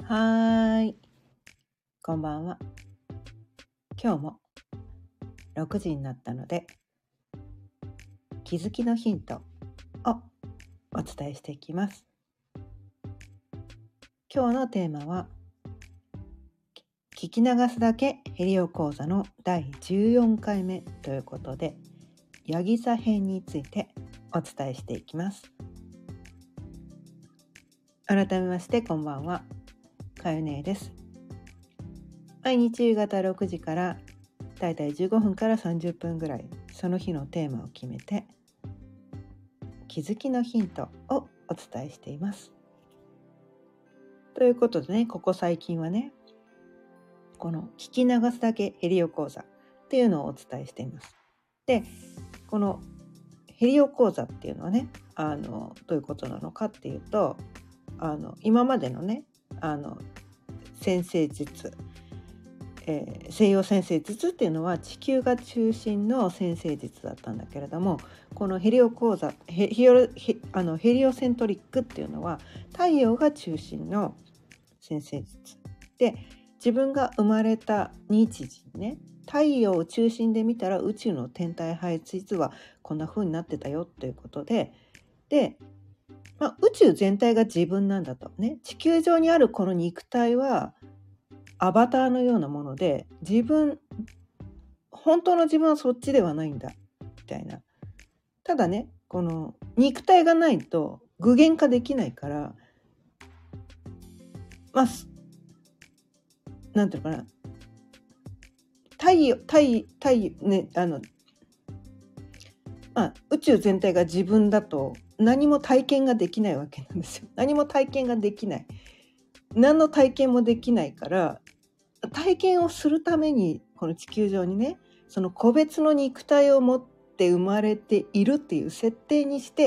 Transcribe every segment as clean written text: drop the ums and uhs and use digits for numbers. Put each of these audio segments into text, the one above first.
はーい、こんばんは。今日も6時になったので、気づきのヒントをお伝えしていきます。今日のテーマは、聞き流すだけヘリオ講座の第14回目ということで、ヤギ座編についてお伝えしていきます。改めましてこんばんは、かよねです。毎日夕方6時からだいたい15分から30分ぐらい、その日のテーマを決めて気づきのヒントをお伝えしています。ということでね、ここ最近はね、この聞き流すだけヘリオ講座っていうのをお伝えしています。で、このヘリオ講座っていうのはね、どういうことなのかっていうと、今までのね、占星術、西洋占星術っていうのは地球が中心の占星術だったんだけれども、このヘリオ講座ヘリオセントリックっていうのは太陽が中心の占星術で、自分が生まれた日時にね、太陽を中心で見たら宇宙の天体配置図はこんな風になってたよということで、宇宙全体が自分なんだとね、地球上にあるこの肉体はアバターのようなもので、本当の自分はそっちではないんだみたいな。ただね、この肉体がないと具現化できないから、なんていうのかな、宇宙全体が自分だと何も体験ができないわけなんですよ。何も体験ができない。何の体験もできないから、体験をするためにこの地球上にね、その個別の肉体を持って生まれているっていう設定にして、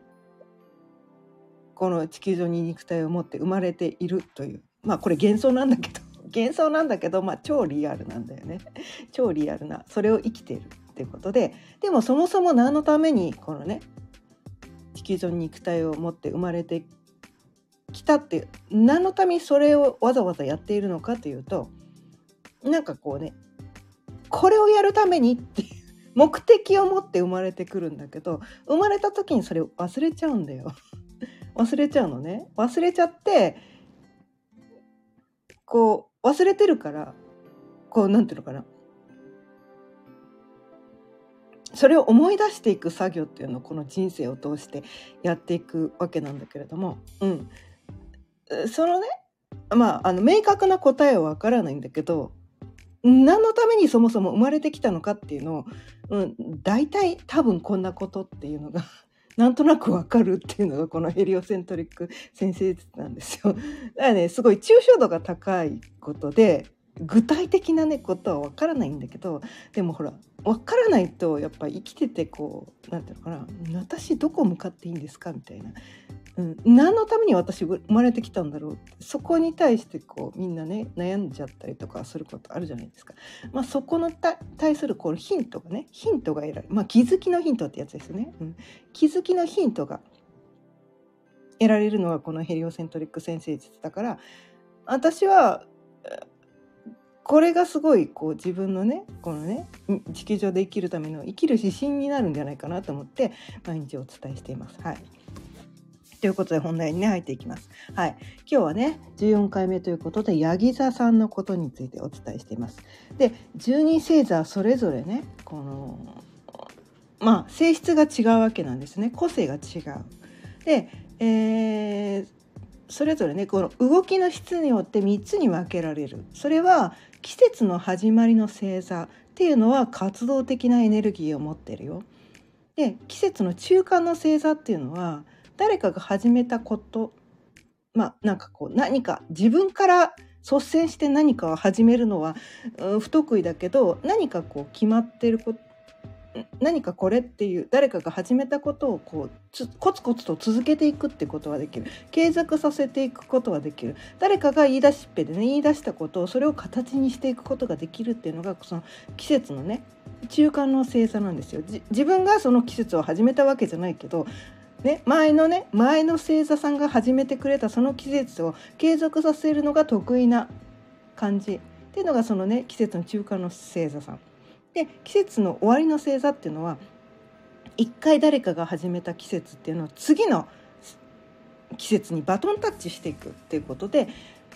この地球上に肉体を持って生まれているという、これ幻想なんだけど超リアルなんだよね。超リアルな、それを生きているっていうことで、でもそもそも何のためにこのね、地球上に肉体を持って生まれてきたっていう、何のためにそれをわざわざやっているのかというと、なんかこうね、これをやるためにっていう目的を持って生まれてくるんだけど、生まれた時にそれを忘れちゃうんだよ。忘れちゃうのね。忘れちゃって、こう忘れてるから、こうなんていうのかな、それを思い出していく作業っていうのをこの人生を通してやっていくわけなんだけれども、そのね、明確な答えはわからないんだけど、何のためにそもそも生まれてきたのかっていうのを、大体多分こんなことっていうのがなんとなくわかるっていうのがこのヘリオセントリック先生術なんですよ。だからね、すごい抽象度が高いことで、具体的なねことはわからないんだけど、でもほら、わからないとやっぱり生きてて、こうなんていうのかな、私どこ向かっていいんですかみたいな、何のために私生まれてきたんだろうって、そこに対してこうみんなね悩んじゃったりとかすることあるじゃないですか。そこの対するこのヒントが得られる、気づきのヒントってやつですよね。気づきのヒントが得られるのがこのヘリオセントリック占星術だから、私はこれがすごいこう自分のね、このね地球上で生きるための生きる指針になるんじゃないかなと思って毎日お伝えしています。はい。ということで本題にね入っていきます。はい。今日はね14回目ということで、ヤギ座さんのことについてお伝えしています。で、12星座それぞれね、この性質が違うわけなんですね。個性が違う。で、それぞれね、この動きの質によって3つに分けられる。それは季節の始まりの星座っていうのは活動的なエネルギーを持ってるよ。で、季節の中間の星座っていうのは誰かが始めたこと、何か自分から率先して何かを始めるのは不得意だけど、何かこう決まってること、何かこれっていう誰かが始めたことをこうコツコツと続けていくってことはできる。継続させていくことはできる。誰かが言い出しっぺでね言い出したことをそれを形にしていくことができるっていうのがその季節のね中間の星座なんですよ。自分がその季節を始めたわけじゃないけど、 ね、前の星座さんが始めてくれたその季節を継続させるのが得意な感じっていうのがそのね季節の中間の星座さんで、季節の終わりの星座っていうのは一回誰かが始めた季節っていうのを次の季節にバトンタッチしていくっていうことで、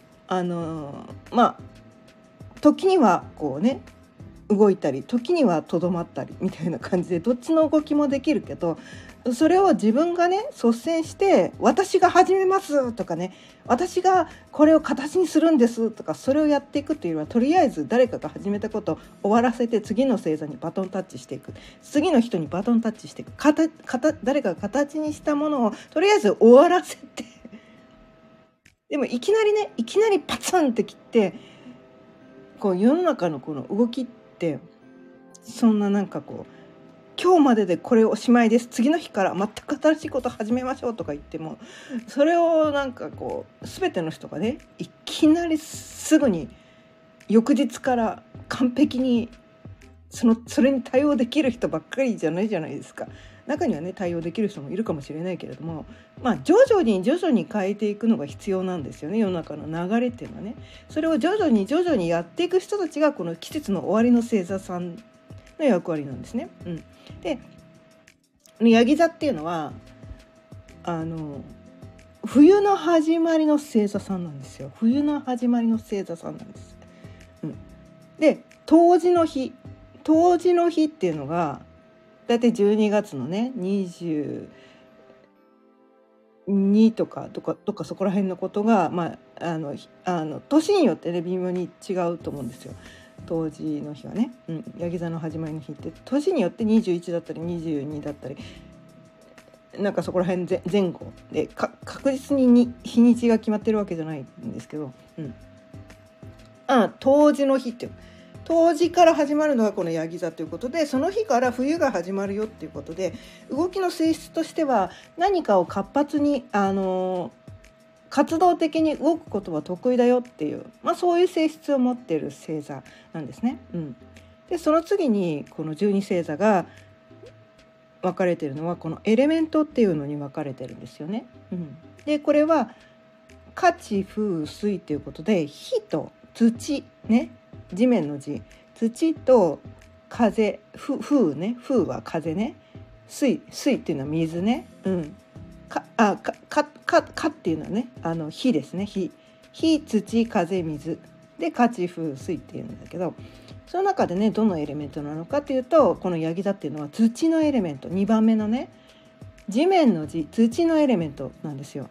時にはこうね動いたり時にはとどまったりみたいな感じでどっちの動きもできるけど、それを自分がね率先して私が始めますとかね、私がこれを形にするんですとか、それをやっていくというよりはとりあえず誰かが始めたことを終わらせて次の星座にバトンタッチしていく、次の人にバトンタッチしていく、誰かが形にしたものをとりあえず終わらせてでもいきなりパツンって切ってこう世の中のこの動きってそんななんかこう今日まででこれおしまいです、次の日から全く新しいこと始めましょうとか言っても、それをなんかこう全ての人がねいきなりすぐに翌日から完璧にそれに対応できる人ばっかりじゃないじゃないですか。中にはね対応できる人もいるかもしれないけれども、徐々に変えていくのが必要なんですよね、世の中の流れっていうのはね。それを徐々にやっていく人たちがこの季節の終わりの星座さんの役割なんですね。でヤギ座っていうのは冬の始まりの星座さんなんですよ。冬の始まりの星座さんなんです。で冬至の日っていうのがだいたい12月のね22とかそこら辺のことが、年によってね微妙に違うと思うんですよ。冬至の日はね、ヤギ座の始まりの日って年によって21だったり22だったりなんかそこら辺前後で確実に日にちが決まってるわけじゃないんですけど、冬至の日っていう冬至から始まるのがこのヤギ座ということで、その日から冬が始まるよっていうことで、動きの性質としては何かを活発に活動的に動くことは得意だよっていう、そういう性質を持っている星座なんですね。でその次にこの12星座が分かれているのはこのエレメントっていうのに分かれてるんですよね。でこれは火地風水ということで、火と土ね、地面の地、土と風、風ね、風は風ね、水っていうのは水ね、かっていうのはね火ですね、火、土、風、水で火地風水っていうんだけど、その中でねどのエレメントなのかっていうと、このヤギ座っていうのは土のエレメント、2番目のね地面の地、土のエレメントなんですよ。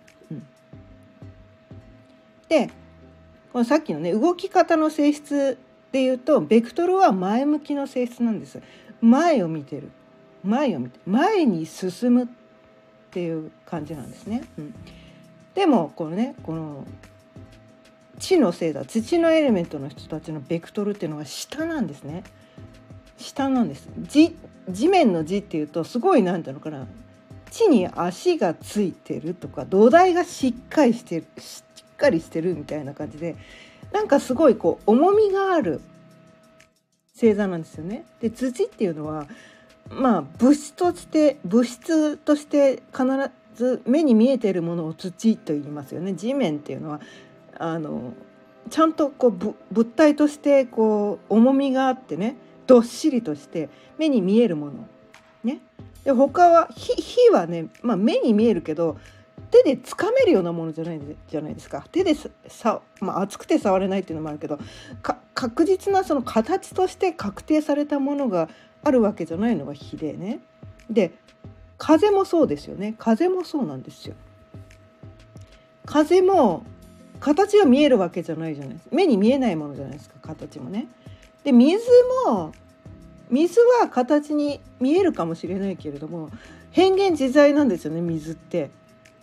でこのさっきのね動き方の性質でいうとベクトルは前向きの性質なんです。前を見て前に進むっていう感じなんですね。でもこの地の星座、土のエレメントの人たちのベクトルっていうのは下なんですね。下なんです。地面の地っていうとすごいなんていうのかな、地に足がついてるとか土台がしっかりしてるみたいな感じで、なんかすごいこう重みがある星座なんですよね。で土っていうのは物質として必ず目に見えているものを土と言いますよね。地面っていうのはちゃんとこう物体としてこう重みがあってね、どっしりとして目に見えるものね。で他は火はね、目に見えるけど手で掴めるようなものじゃないですか。手で熱くて触れないっていうのもあるけど、確実なその形として確定されたものがあるわけじゃないのが火でね。で風もそうですよね。風もそうなんですよ。風も形が見えるわけじゃないじゃないですか。目に見えないものじゃないですか、形もね。で水は形に見えるかもしれないけれども変幻自在なんですよね。水って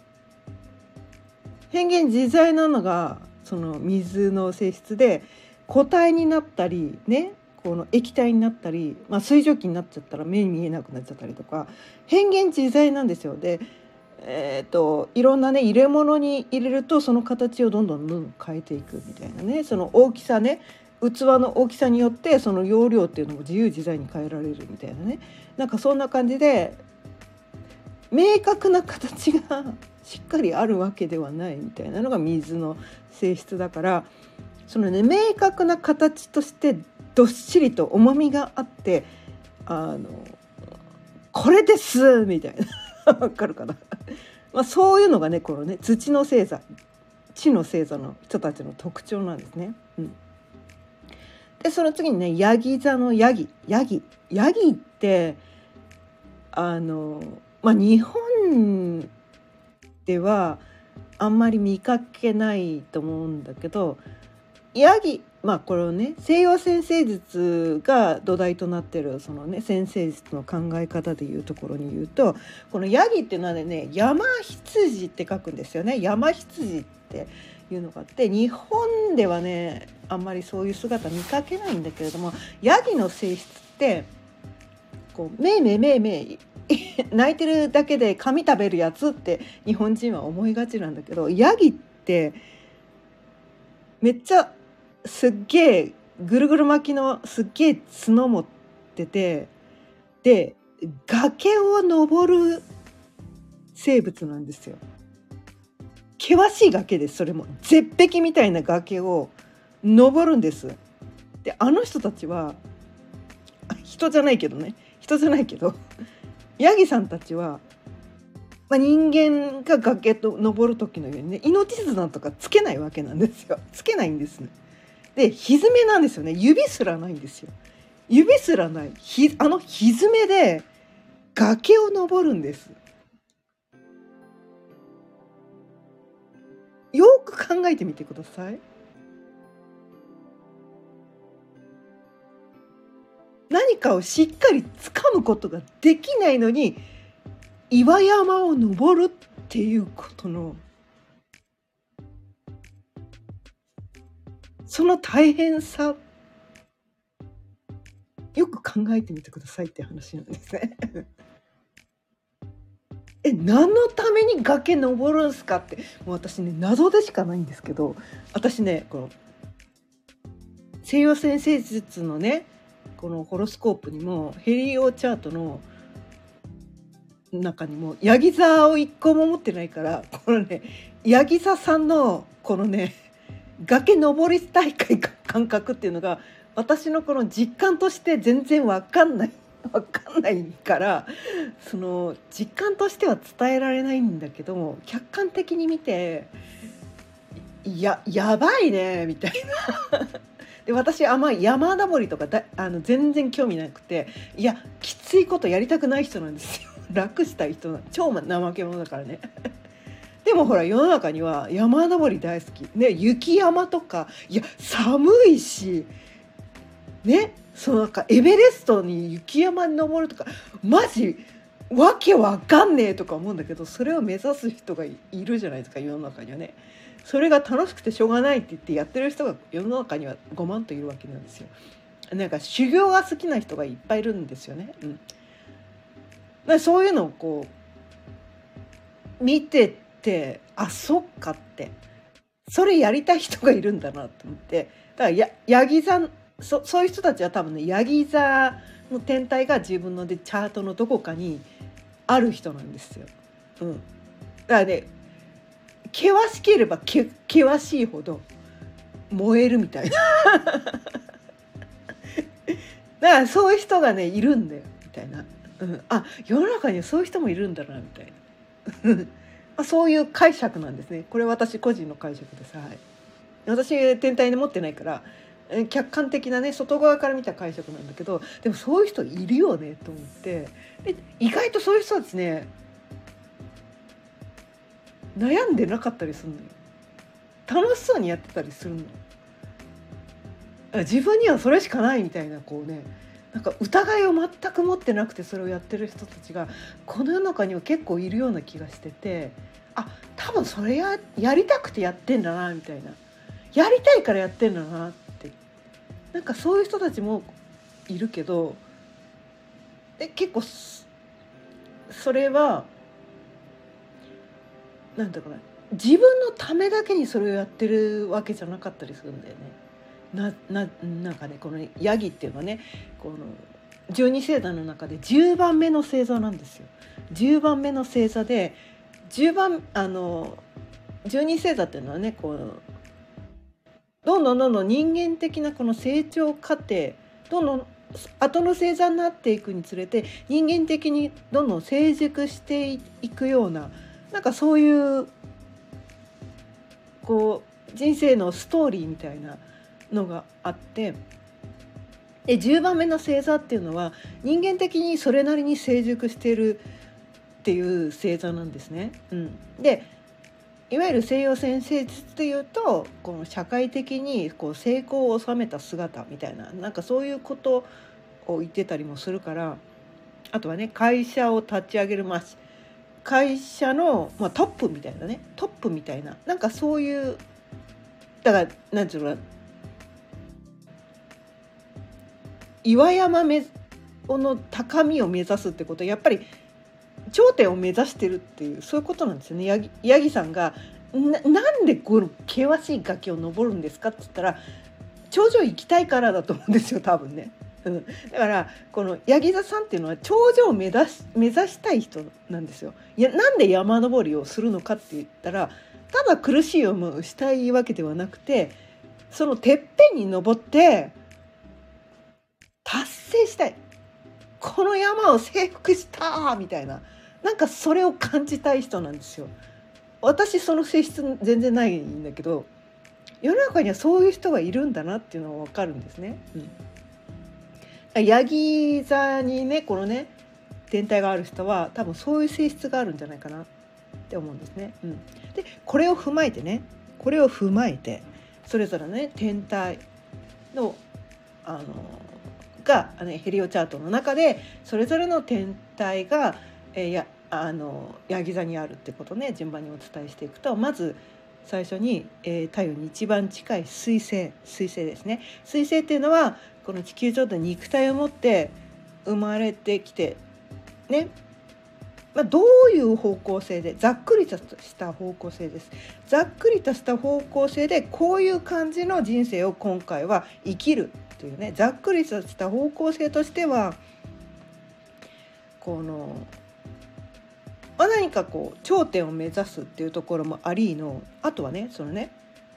変幻自在なのがその水の性質で、固体になったりね、この液体になったり、水蒸気になっちゃったら目に見えなくなっちゃったりとか変幻自在なんですよ。でいろんなね入れ物に入れるとその形をどんどん変えていくみたいなね、その大きさね、器の大きさによってその容量っていうのも自由自在に変えられるみたいなね、なんかそんな感じで明確な形がしっかりあるわけではないみたいなのが水の性質だから、そのね明確な形としてどっしりと重みがあって、これですみたいなわかるかなそういうのがねこのね土の星座、地の星座の人たちの特徴なんですね。でその次にねヤギ座のヤギって日本ではあんまり見かけないと思うんだけど、ヤギこれをね西洋占星術が土台となってるそのね占星術の考え方でいうところに言うと、このヤギっていうのはね山羊って書くんですよね。山羊っていうのがあって、日本ではねあんまりそういう姿見かけないんだけれども、ヤギの性質ってこうめいめいめいめい泣いてるだけで紙食べるやつって日本人は思いがちなんだけど、ヤギってめっちゃすっげえぐるぐる巻きのすっげえ角持ってて、で崖を登る生物なんですよ。険しい崖です。それも絶壁みたいな崖を登るんです。であの人たちは人じゃないけどヤギさんたちは、人間が崖と登る時のようにね命綱とかつけないわけなんですよ。つけないんですね。でひづめなんですよね。指すらないんですよ。指すらないひづめで崖を登るんです。よく考えてみてください。何かをしっかり掴むことができないのに岩山を登るっていうことのその大変さ、よく考えてみてくださいって話なんですね何のために崖登るんすかって、もう私ね謎でしかないんですけど、私ねこの西洋占星術のねこのホロスコープにもヘリオチャートの中にもヤギ座を一個も持ってないから、このねヤギ座さんのこのね崖登り大会感覚っていうのが私のこの実感として全然分かんないから、その実感としては伝えられないんだけども、客観的に見てやばいねみたいなで私山登りとか全然興味なくて、きついことやりたくない人なんですよ楽したい人超怠け者だからねでもほら世の中には山登り大好きね、雪山とか寒いしね、なんかエベレストに雪山に登るとかマジわけわかんねえとか思うんだけど、それを目指す人がいるじゃないですか世の中にはね。それが楽しくてしょうがないって言ってやってる人が世の中には5万といるわけなんですよ。なんか修行が好きな人がいっぱいいるんですよね。そういうのをこう見てて、そっかってそれやりたい人がいるんだなと思って、だからヤギ座そういう人たちは多分ねヤギ座の天体が自分のチャートのどこかにある人なんですよ。だからね険しければ険しいほど燃えるみたいなだからそういう人がねいるんだよみたいな、世の中にはそういう人もいるんだなみたいなそういう解釈なんですね。これ私個人の解釈です。私天体で持ってないから客観的なね外側から見た解釈なんだけど、でもそういう人いるよねと思って、で意外とそういう人たちね悩んでなかったりするのよ。楽しそうにやってたりするの。自分にはそれしかないみたいなこうね、なんか疑いを全く持ってなくてそれをやってる人たちがこの世の中には結構いるような気がしてて、多分それやりたくてやってんだなみたいな、やりたいからやってんだなって、なんかそういう人たちもいるけど、結構それはなんだかな、自分のためだけにそれをやってるわけじゃなかったりするんだよね。なんかねこのヤギっていうのはねこの12星座の中で10番目の星座なんですよ。 10番目の星座で、12星座っていうのはね、こうどんどん人間的なこの成長過程、どんどん後の星座になっていくにつれて人間的にどんどん成熟していくような、なんかそういうこう人生のストーリーみたいなのがあって、で10番目の星座っていうのは人間的にそれなりに成熟しているっていう星座なんですね。でいわゆる西洋占星術というと、この社会的にこう成功を収めた姿みたいな、なんかそういうことを言ってたりもするから、あとはね、会社を立ち上げる、会社の、トップみたいなね、トップみたいな、なんかそういう、だからなんていうのか、岩山の高みを目指すってことはやっぱり頂点を目指してるっていう、そういうことなんですよね。ヤギさんがなんでこの険しい崖を登るんですかって言ったら、頂上行きたいからだと思うんですよ、多分ね。だからこのヤギ座さんっていうのは頂上を目指したい人なんですよ。なんで山登りをするのかって言ったら、ただ苦しい思いをしたいわけではなくて、そのてっぺんに登って達成したい、この山を征服したみたいな、なんかそれを感じたい人なんですよ。私その性質全然ないんだけど、世の中にはそういう人がいるんだなっていうのが分かるんですね。ヤギ座にね、このね天体がある人は多分そういう性質があるんじゃないかなって思うんですね。でこれを踏まえてそれぞれね天体のがヘリオチャートの中でそれぞれの天体が、ヤギ座にあるってことね、順番にお伝えしていくと、まず最初に、太陽に一番近い水星ですね。水星っていうのはこの地球上で肉体を持って生まれてきてね、どういう方向性で、ざっくりとした方向性です。ざっくりとした方向性でこういう感じの人生を今回は生きるというね、ざっくりとした方向性としては、この何かこう頂点を目指すっていうところもありの、あとはね、そのね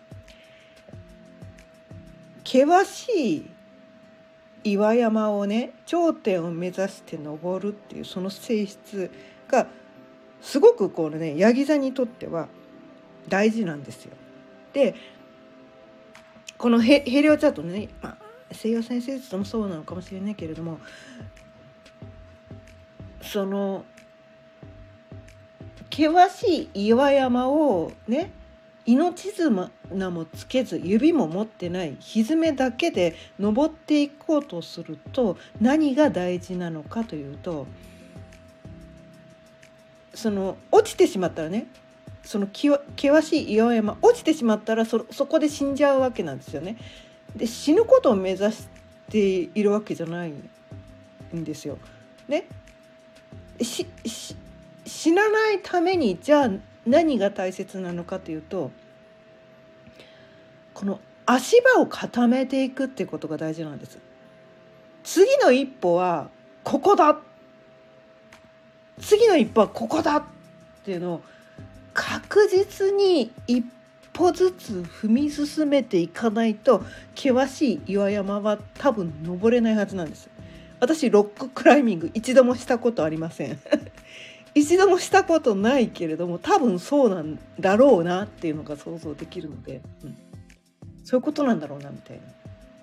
険しい岩山をね、頂点を目指して登るっていうその性質がすごくこのねヤギ座にとっては大事なんですよ。でこのヘリオチャートのね、西洋占星術もそうなのかもしれないけれども、その険しい岩山をね、命綱もつけず指も持ってない蹄だけで登っていこうとすると、何が大事なのかというと、その落ちてしまったらね、その険しい岩山落ちてしまったら そこで死んじゃうわけなんですよね。で死ぬことを目指しているわけじゃないんですよ。ね、死なないためにじゃあ何が大切なのかというと、この足場を固めていくっていうことが大事なんです。次の一歩はここだ、次の一歩はここだっていうのを確実に一歩ずつ踏み進めていかないと、険しい岩山は多分登れないはずなんです。私ロッククライミング一度もしたことありません一度もしたことないけれども、多分そうなんだろうなっていうのが想像できるので、そういうことなんだろうなみたいな。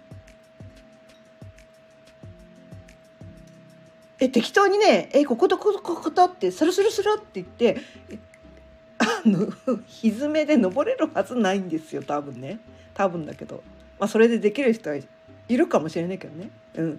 適当にね、こことこことってスルスルスルって言って蹄で登れるはずないんですよ、多分ね。多分だけど、それでできる人はいるかもしれないけどね。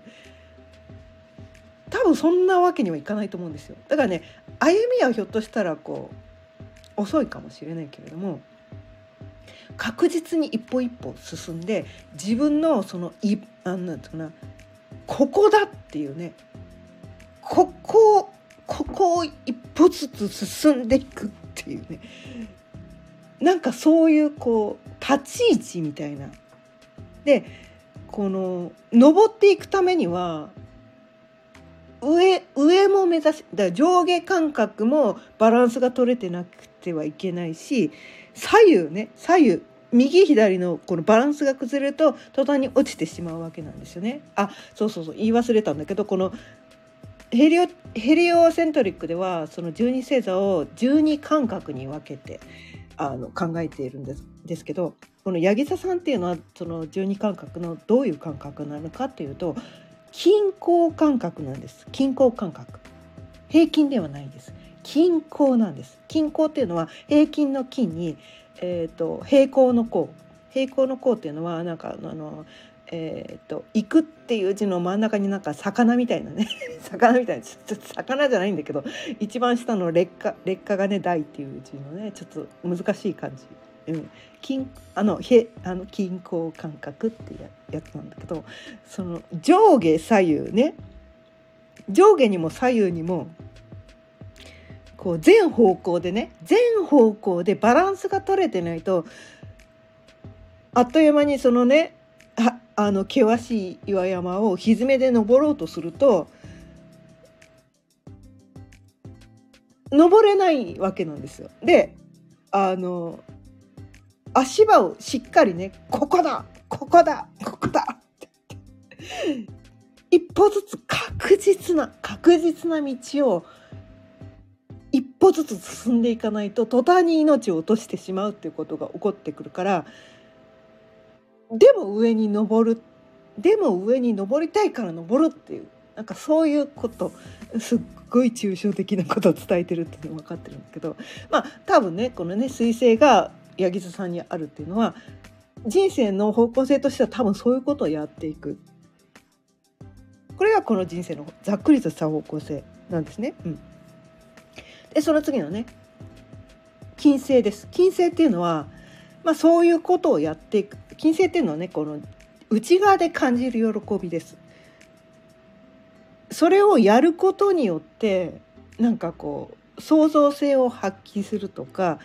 多分そんなわけにはいかないと思うんですよ。だからね、歩みはひょっとしたらこう遅いかもしれないけれども、確実に一歩一歩進んで、自分のそのなんていうかな、ここだっていうね、ここを一歩ずつ進んでいくっていうね、なんかそういうこう立ち位置みたいなで、この登っていくためには上も目指し、だから上下感覚もバランスが取れてなくてはいけないし、左右右左のこのバランスが崩れると途端に落ちてしまうわけなんですよね。そう言い忘れたんだけど、このヘリオセントリックではその12星座を12感覚に分けて考えているんですけど、このヤギ座さんっていうのはその12感覚のどういう感覚なのかっていうと、均衡感覚なんです。均衡感覚、平均ではないです。均衡なんです。均衡っていうのは平均の均に、平行の衡っていうのはなんか行くっていう字の真ん中になんか魚みたいなね魚みたいな、ちょっと魚じゃないんだけど、一番下の劣化がね大っていう字のねちょっと難しい感じ、均衡感覚っていうやつなんだけど、その上下左右ね、上下にも左右にもこう全方向でバランスが取れてないと、あっという間にそのね険しい岩山をひづめで登ろうとすると登れないわけなんですよ。で足場をしっかりね、ここだ一歩ずつ確実な道を一歩ずつ進んでいかないと途端に命を落としてしまうっていうことが起こってくるから、でも上に登りたいから登るっていう、なんかそういうこと、すっごい抽象的なことを伝えてるっていうの分かってるんだけど、多分ねこのね水星がヤギ座さんにあるっていうのは、人生の方向性としては多分そういうことをやっていく、これがこの人生のざっくりとした方向性なんですね。でその次のね金星です。金星っていうのは、そういうことをやっていく。金星っていうのはね、この内側で感じる喜びです。それをやることによってなんかこう創造性を発揮するとか、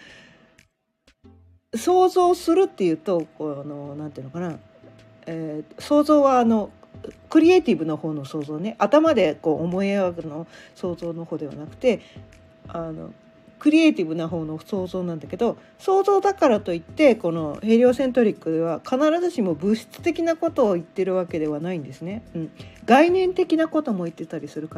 想像するっていうとなんていうのかな、想像はクリエイティブの方の想像ね、頭でこう思い描くの想像の方ではなくて、クリエイティブな方の想像なんだけど、想像だからといってこのヘリオセントリックでは必ずしも物質的なことを言ってるわけではないんですね。概念的なことも言ってたりするから、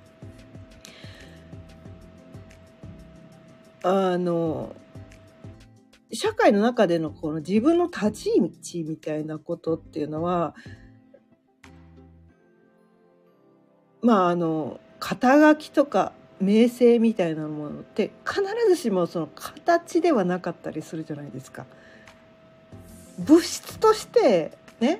社会の中でのこの自分の立ち位置みたいなことっていうのは、肩書きとか名声みたいなものって必ずしもその形ではなかったりするじゃないですか。物質として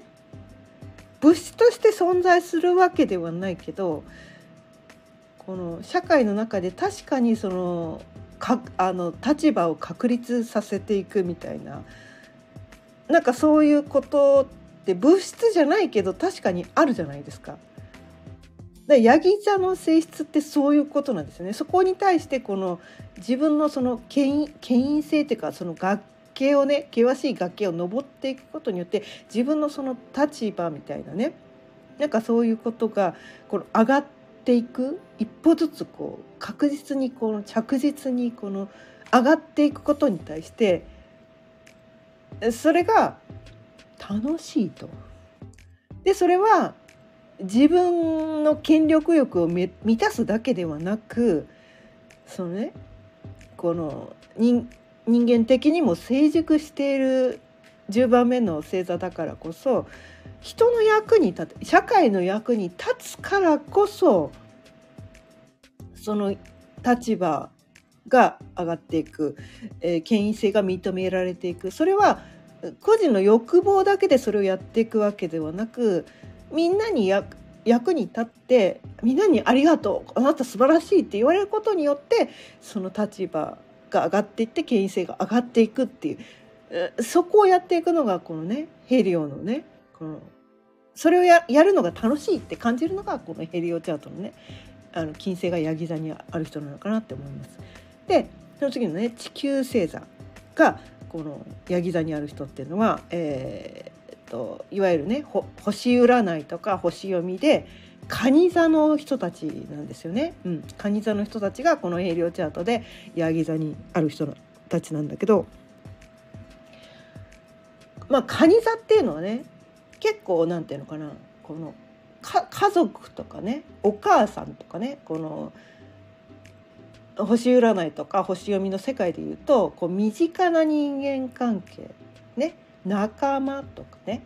存在するわけではないけど、この社会の中で確かにその立場を確立させていくみたいな、なんかそういうことって物質じゃないけど確かにあるじゃないですか。ヤギ座の性質ってそういうことなんですよね。そこに対してこの自分のその権威性っていうか、その険しい崖を登っていくことによって自分のその立場みたいなね、なんかそういうことがこの上がっていく、一歩ずつこう確実に着実に上がっていくことに対して、それが楽しいと。でそれは自分の権力欲を満たすだけではなく、そのねこの人間的にも成熟している10番目の星座だからこそ、人の役に立て、社会の役に立つからこそ、その立場が上がっていく、権威性が認められていく。それは個人の欲望だけでそれをやっていくわけではなく、みんなに役に立って、みんなにありがとう、あなた素晴らしいって言われることによって、その立場が上がっていって権威性が上がっていくっていう、そこをやっていくのがこのねヘリオのね、それをやるのが楽しいって感じるのがこのヘリオチャートのね金星がヤギ座にある人なのかなって思います。でその次のね地球星座がこのヤギ座にある人っていうのは、 いわゆるね星占いとか星読みで蟹座の人たちなんですよね。蟹座の人たちがこのヘリオチャートでヤギ座にある人たちなんだけど、蟹座っていうのはね結構なんていうのかな、この家族とかねお母さんとかね、この星占いとか星読みの世界でいうとこう身近な人間関係ね、仲間とかね、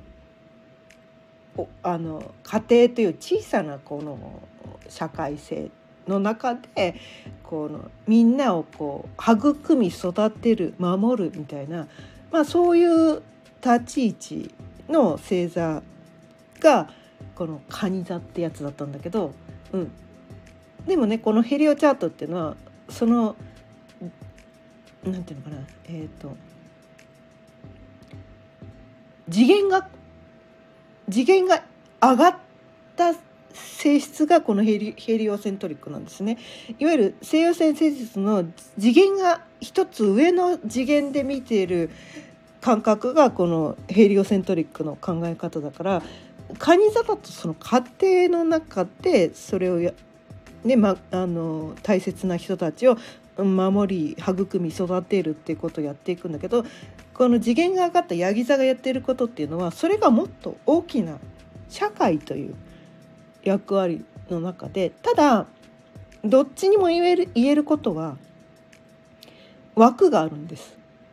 家庭という小さなこの社会性の中でこのみんなをこう育み育てる守るみたいな、そういう立ち位置の星座がこの蟹座ってやつだったんだけど、でもねこのヘリオチャートっていうのはそのなんていうのかな、次元が上がった性質がこのヘリオセントリックなんですね。いわゆる西洋占星術の次元が一つ上の次元で見ている感覚がこのヘリオセントリックの考え方だから、蟹座だとその家庭の中でそれを大切な人たちを守り育み育てるっていうことをやっていくんだけど、この次元が上がったヤギ座がやっていることっていうのはそれがもっと大きな社会という役割の中で、ただどっちにも言えることは枠があるんです。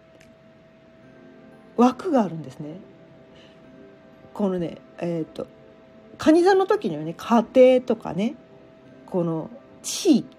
枠があるんですね。このね蟹座の時にはね家庭とかね、この地域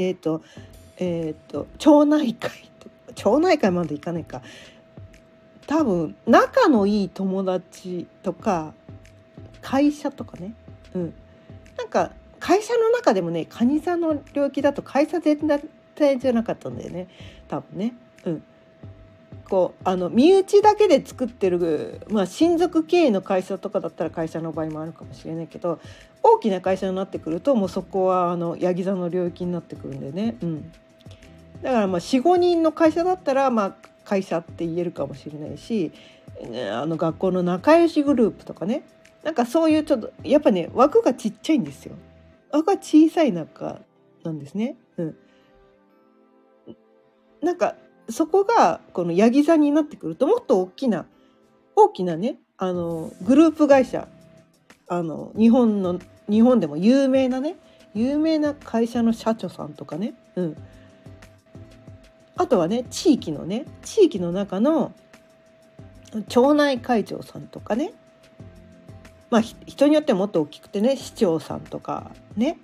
町内会までいかないか、多分仲のいい友達とか会社とかね、なんか会社の中でもね蟹座の領域だと会社全体じゃなかったんだよね多分ね。こう身内だけで作ってる、親族経営の会社とかだったら会社の場合もあるかもしれないけど、大きな会社になってくるともうそこはヤギ座の領域になってくるんでね、だから4、5人の会社だったら会社って言えるかもしれないし、学校の仲良しグループとかね、なんかそういうちょっとやっぱね枠がちっちゃいんですよ。枠が小さい中なんですね。なんかそこがこのヤギ座になってくるともっと大きなねグループ会社、日本でも有名な会社の社長さんとかね、あとはね地域の中の町内会長さんとかね、人によってはもっと大きくてね市長さんとかね、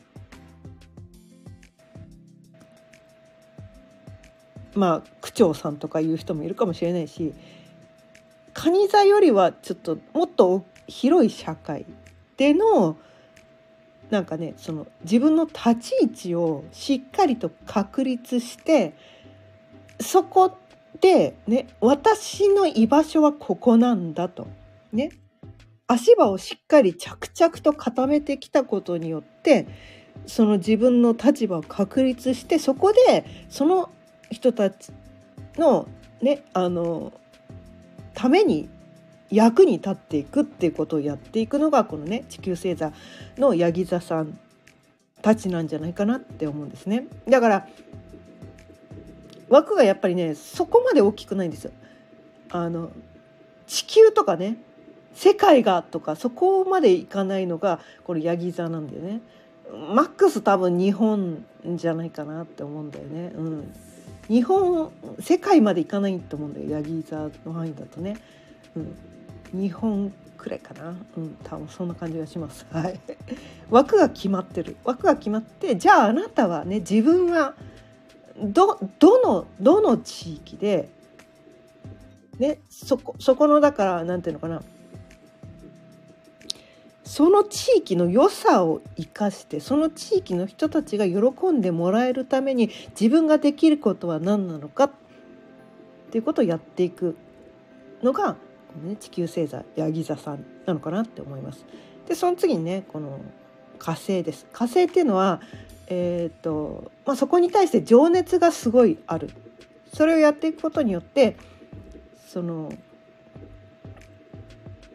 区長さんとかいう人もいるかもしれないし、蟹座よりはちょっともっと広い社会でのなんかね、その自分の立ち位置をしっかりと確立して、そこでね私の居場所はここなんだとね、足場をしっかり着々と固めてきたことによってその自分の立場を確立して、そこでその人たちのねために役に立っていくっていうことをやっていくのがこのね地球星座のヤギ座さんたちなんじゃないかなって思うんですね。だから枠がやっぱりねそこまで大きくないんですよ。地球とかね世界がとかそこまでいかないのがこれヤギ座なんだよね。マックス多分日本じゃないかなって思うんだよね。世界までいかないと思うんだよヤギ座の範囲だとね。日本くらいかな、多分そんな感じがします。はい、枠が決まってる。枠が決まって、じゃああなたはね自分はどの地域でねそこのだからなんていうのかな、その地域の良さを生かしてその地域の人たちが喜んでもらえるために自分ができることは何なのかっていうことをやっていくのが地球星座ヤギ座さんなのかなって思います。でその次にねこの火星です。火星っていうのは、そこに対して情熱がすごいある。それをやっていくことによってその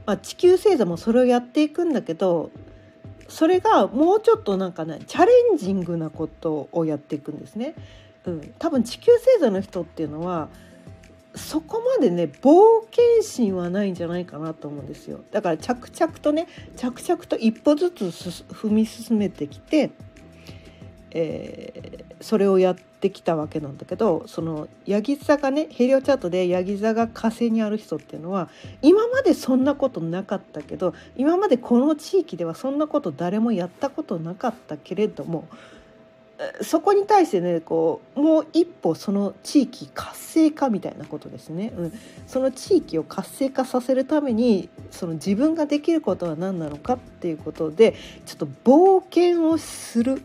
地球星座もそれをやっていくんだけど、それがもうちょっとなんかねチャレンジングなことをやっていくんですね。多分地球星座の人っていうのはそこまでね冒険心はないんじゃないかなと思うんですよ。だから着々と一歩ずつ踏み進めてきて、それをやってきたわけなんだけど、そのヤギ座がねヘリオチャートでヤギ座が火星にある人っていうのは今までそんなことなかったけど、今までこの地域ではそんなこと誰もやったことなかったけれども、そこに対してねこうもう一歩その地域活性化みたいなことですね、その地域を活性化させるためにその自分ができることは何なのかっていうことでちょっと冒険をする。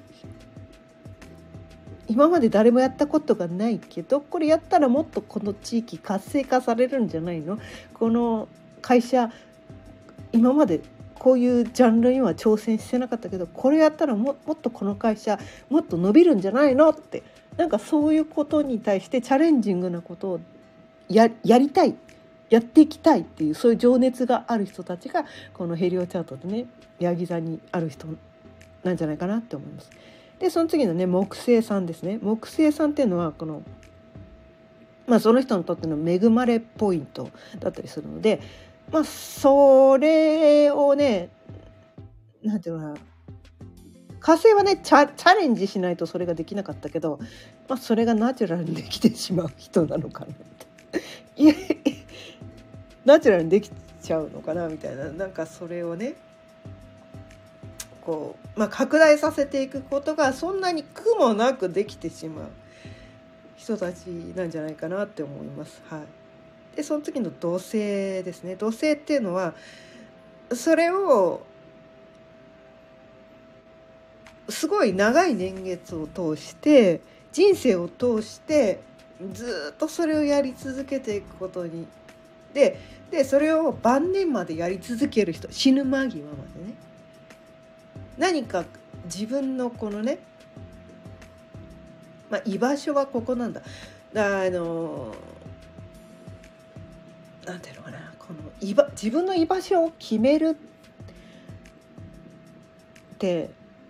今まで誰もやったことがないけど、これやったらもっとこの地域活性化されるんじゃないの、この会社今までこういうジャンルには挑戦してなかったけど、これやったら もっとこの会社もっと伸びるんじゃないのって、なんかそういうことに対してチャレンジングなことをやりたい、やっていきたいっていう、そういう情熱がある人たちがこのヘリオチャートでねヤギ座にある人なんじゃないかなって思います。でその次のね木星さんですね。木星さんっていうのはこのその人にとっての恵まれポイントだったりするので、それをねなんていうのかな、火星はねチャレンジしないとそれができなかったけど、それがナチュラルにできてしまう人なのかなっていやナチュラルにできちゃうのかなみたいな、なんかそれをねこう、拡大させていくことがそんなに苦もなくできてしまう人たちなんじゃないかなって思います。でその次の土星ですね。土星っていうのはそれをすごい長い年月を通して人生を通してずっとそれをやり続けていくことにでそれを晩年までやり続ける人、死ぬ間際までね、何か自分のこのね、居場所はここなんだ。なんていうのかな、この自分の居場所を決めるって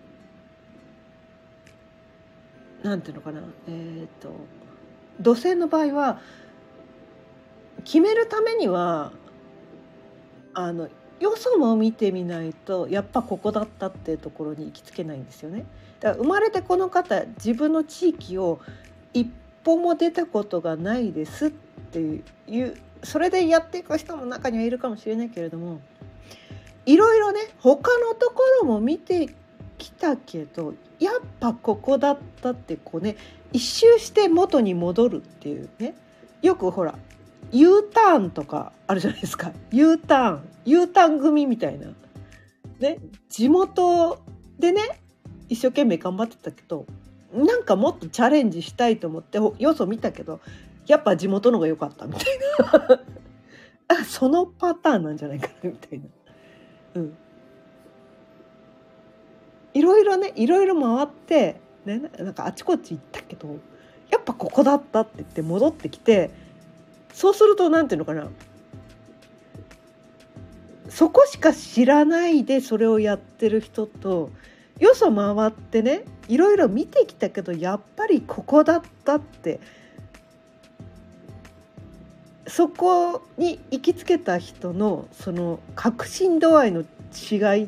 なんていうのかな、土星の場合は決めるためにはよそも見てみないとやっぱここだったっていうところに行きつけないんですよね。だから生まれてこの方自分の地域を一歩も出たことがないですっていうそれでやっていく人も中にはいるかもしれないけれども、いろいろね他のところも見てきたけどやっぱここだったってこうね一周して元に戻るっていうね、よくほらU ターンとかあるじゃないですか。U ターン組みたいなね、地元でね一生懸命頑張ってたけどなんかもっとチャレンジしたいと思ってよそ見たけどやっぱ地元の方が良かったみたいなそのパターンなんじゃないかなみたいな、いろいろ回ってね、なんかあちこち行ったけどやっぱここだったって言って戻ってきて、そうするとなんていうのかな、そこしか知らないでそれをやってる人とよそ回ってねいろいろ見てきたけどやっぱりここだったってそこに行きつけた人のその確信度合いの違い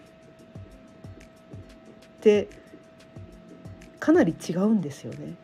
ってかなり違うんですよね。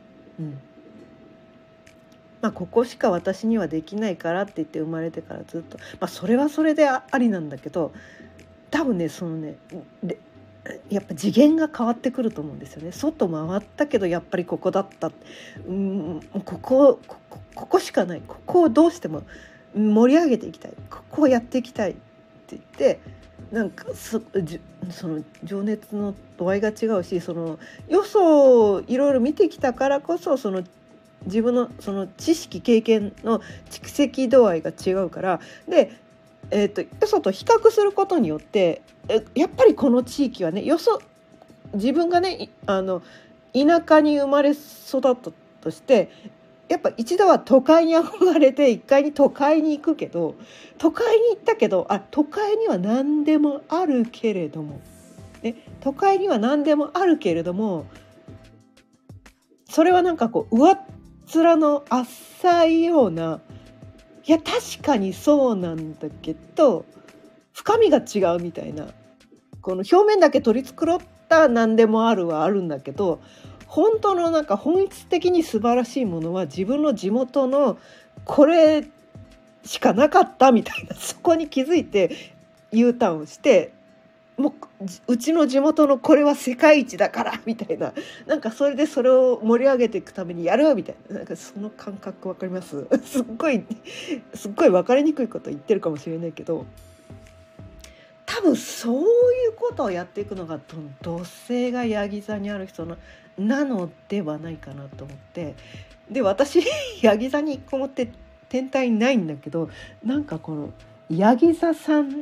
ここしか私にはできないからって言って生まれてからずっと、それはそれでありなんだけど、多分ねそのねやっぱ次元が変わってくると思うんですよね。外回ったけどやっぱりここだった、ここしかない、ここをどうしても盛り上げていきたい、ここをやっていきたいって言ってなんかその情熱の度合いが違うし、そのよそをいろいろ見てきたからこそその自分のその知識経験の蓄積度合いが違うからで、よそと比較することによってやっぱりこの地域はね自分がね田舎に生まれ育ったとしてやっぱ一度は都会に憧れて一回に都会に行くけど、都会に行ったけど、都会には何でもあるけれども、ね、都会には何でもあるけれども、それはなんかこう上っ面の浅いような、いや確かにそうなんだけど深みが違うみたいな、この表面だけ取り繕った何でもあるはあるんだけど、本当のなんか本質的に素晴らしいものは自分の地元のこれしかなかったみたいな、そこに気づいて U ターンをして、もうちの地元のこれは世界一だからみたいな、なんかそれでそれを盛り上げていくためにやるみたいな、なんかその感覚わかりますすっごい分かりにくいこと言ってるかもしれないけど、多分そういうことをやっていくのが土星がヤギ座にある人なのではないかなと思って、で私ヤギ座に一個も天体ないんだけど、なんかこのヤギ座さん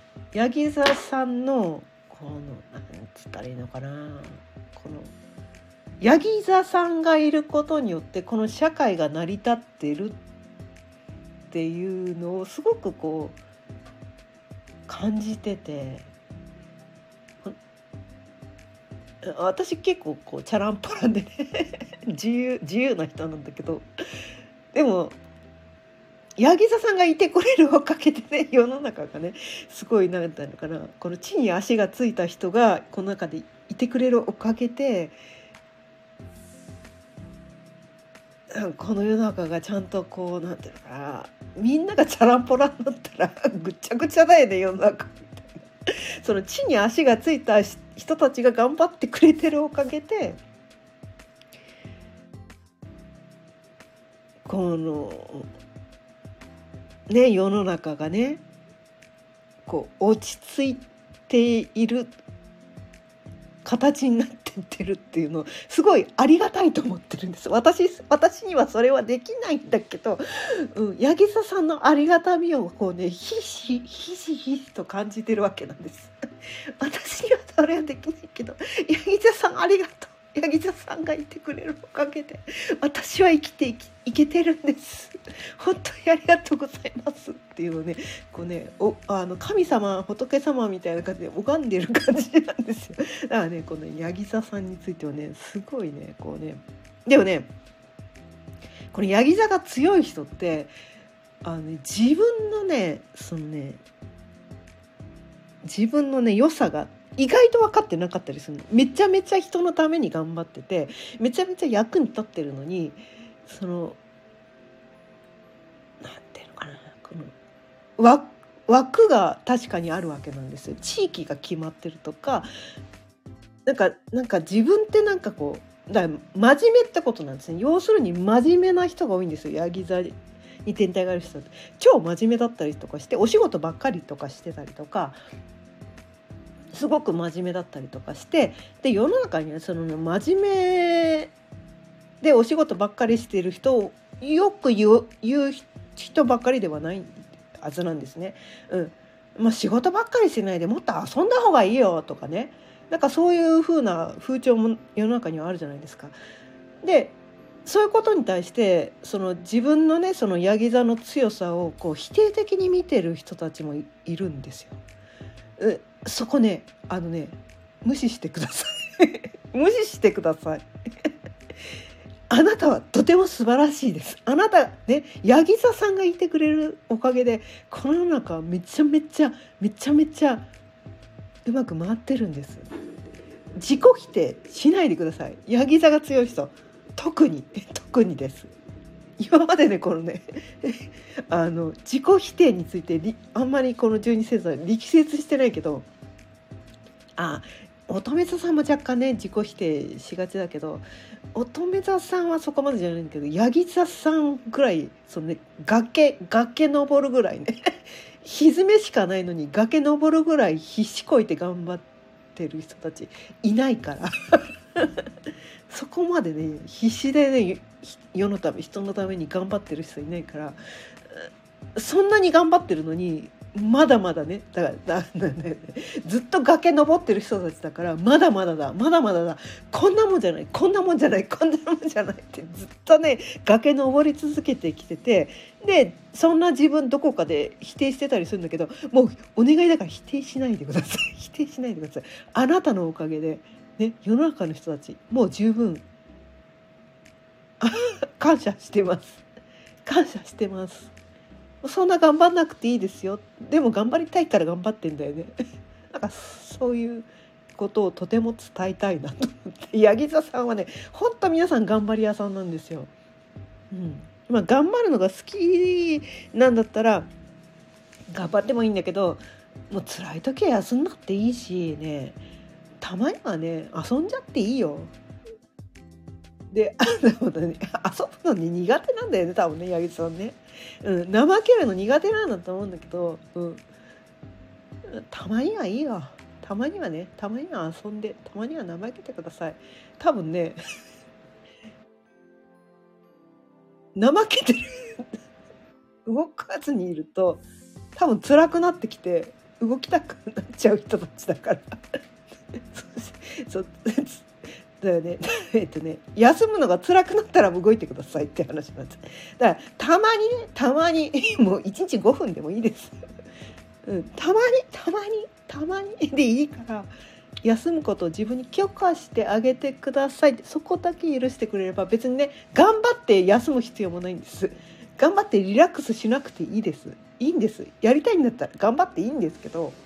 のこのなんつったらいいのかな、このヤギ座さんがいることによってこの社会が成り立ってるっていうのをすごくこう感じてて、私結構こうチャランポランでね自由な人なんだけど、でもヤギ座さんがいてくれるおかげでね、世の中がねすごいなんていうのかな、この地に足がついた人がこの中でいてくれるおかげで、この世の中がちゃんとこうなんていうのかな、みんながチャランポラになったらぐっちゃぐちゃだよね世の中みたいな、その地に足がついた人たちが頑張ってくれてるおかげで、このね世の中がねこう落ち着いている形になってってるっていうのをすごいありがたいと思ってるんです。私にはそれはできないんだけど、ヤギ座さんのありがたみをこうねひしと感じてるわけなんです私にはそれはできないけど、ヤギ座さんありがとう、ヤギ座さんがいてくれるおかげで私は生きていけてるんです、本当にありがとうございますっていうのをね、こうね神様仏様みたいな感じで拝んでる感じなんですよ。だからねこのヤギ座さんについてはねすごいねこうね、でもねこのヤギ座が強い人って自分のね自分のね良さが意外と分かってなかったりするの。めちゃめちゃ人のために頑張っててめちゃめちゃ役に立ってるのに、そのなんていうのかな、この枠が確かにあるわけなんですよ。地域が決まってるとか、なんか自分ってなんかこうだから真面目ってことなんですね。要するに真面目な人が多いんですよ。ヤギ座に天体がある人って超真面目だったりとかして、お仕事ばっかりとかしてたりとか、すごく真面目だったりとかして、で世の中にはその真面目でお仕事ばっかりしている人をよく言う人ばっかりではないはずなんですね。仕事ばっかりしないでもっと遊んだ方がいいよとかね、なんかそういう風な風潮も世の中にはあるじゃないですか。でそういうことに対してその自分のねそのヤギ座の強さをこう否定的に見てる人たちもいるんですよ。そこね無視してください無視してくださいあなたはとても素晴らしいです。あなたねヤギ座さんがいてくれるおかげでこの世の中はめちゃめちゃうまく回ってるんです。自己否定しないでください。ヤギ座が強い人特にです今までねこのね自己否定についてあんまりこの12星座力説してないけど、乙女座さんも若干ね自己否定しがちだけど、乙女座さんはそこまでじゃないんだけど、ヤギ座さんぐらい崖登るぐらいね歪めしかないのに崖登るぐらい必死こいて頑張ってる人たちいないからそこまでね必死でね世のため人のために頑張ってる人いないから、そんなに頑張ってるのにまだまだね、ずっと崖登ってる人たちだから、まだまだだ、まだまだだ、こんなもんじゃない、こんなもんじゃない、こんなもんじゃないってずっとね崖登り続けてきてて、でそんな自分どこかで否定してたりするんだけど、もうお願いだから否定しないでください否定しないでください。あなたのおかげで、ね、世の中の人たちもう十分感謝してます。感謝してます。そんな頑張んなくていいですよ。でも頑張りたいから頑張ってんだよね。なんかそういうことをとても伝えたいなと思って、八木座さんはね、本当皆さん頑張り屋さんなんですよ。まあ頑張るのが好きなんだったら頑張ってもいいんだけど、もう辛い時は休んだっていいしね、たまにはね遊んじゃっていいよ。で、でもね、遊ぶのに苦手なんだよね、多分ね、八木さんね。怠けるの苦手なんだと思うんだけど、たまにはいいよ。たまにはね、たまには遊んで、たまには怠けてください。多分ね、怠けてる動かずにいると、多分辛くなってきて、動きたくなっちゃう人たちだから。そうだよね。休むのが辛くなったら動いてくださいって話なんです。だからたまにね、たまにもう1日5分でもいいです。たまにでいいから休むことを自分に許可してあげてくださいって、そこだけ許してくれれば、別にね頑張って休む必要もないんです。頑張ってリラックスしなくていいです。いいんです。やりたいんだったら頑張っていいんですけど、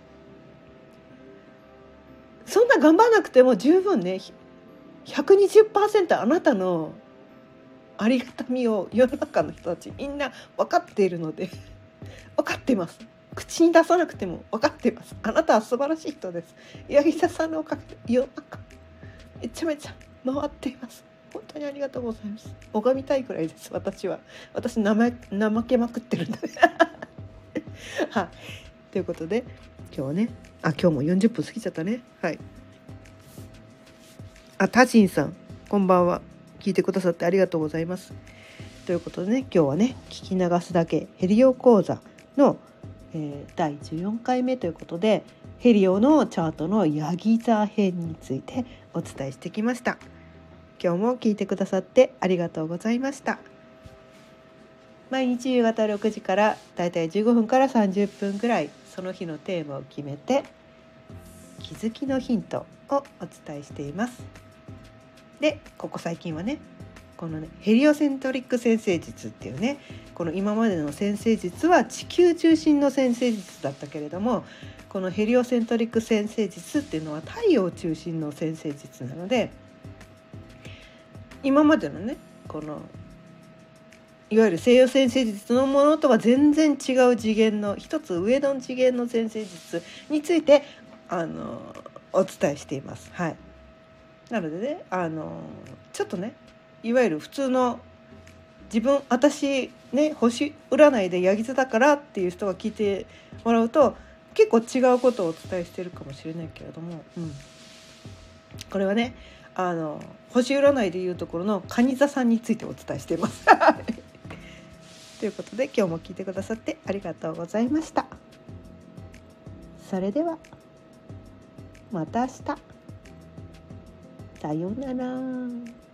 そんな頑張らなくても十分ね、120% あなたのありがたみを世の中の人たちみんな分かっているので分かってます。口に出さなくても分かってます。あなたは素晴らしい人です。八木田さんのおかげで世の中めちゃめちゃ回っています。本当にありがとうございます。拝みたいくらいです。私怠けまくってるんではい、ということで今日も40分過ぎちゃったね。はい。タジンさん、こんばんは。聞いてくださってありがとうございます。ということでね、今日はね、聞き流すだけヘリオ講座の、第14回目ということで、ヘリオのチャートのヤギ座編についてお伝えしてきました。今日も聞いてくださってありがとうございました。毎日夕方6時からだいたい15分から30分ぐらい、その日のテーマを決めて気づきのヒントをお伝えしています。で、ここ最近はね、このねヘリオセントリック占星術っていうね、この今までの占星術は地球中心の占星術だったけれども、このヘリオセントリック占星術っていうのは太陽中心の占星術なので、今までのねこのいわゆる西洋占星術のものとは全然違う次元の一つ上の次元の占星術についてお伝えしています。はい。なのでね、ちょっとね、いわゆる普通の私ね、星占いでヤギ座だからっていう人が聞いてもらうと結構違うことをお伝えしてるかもしれないけれども、これはね、星占いでいうところの蟹座さんについてお伝えしていますということで今日も聞いてくださってありがとうございました。それではまた明日。さようなら。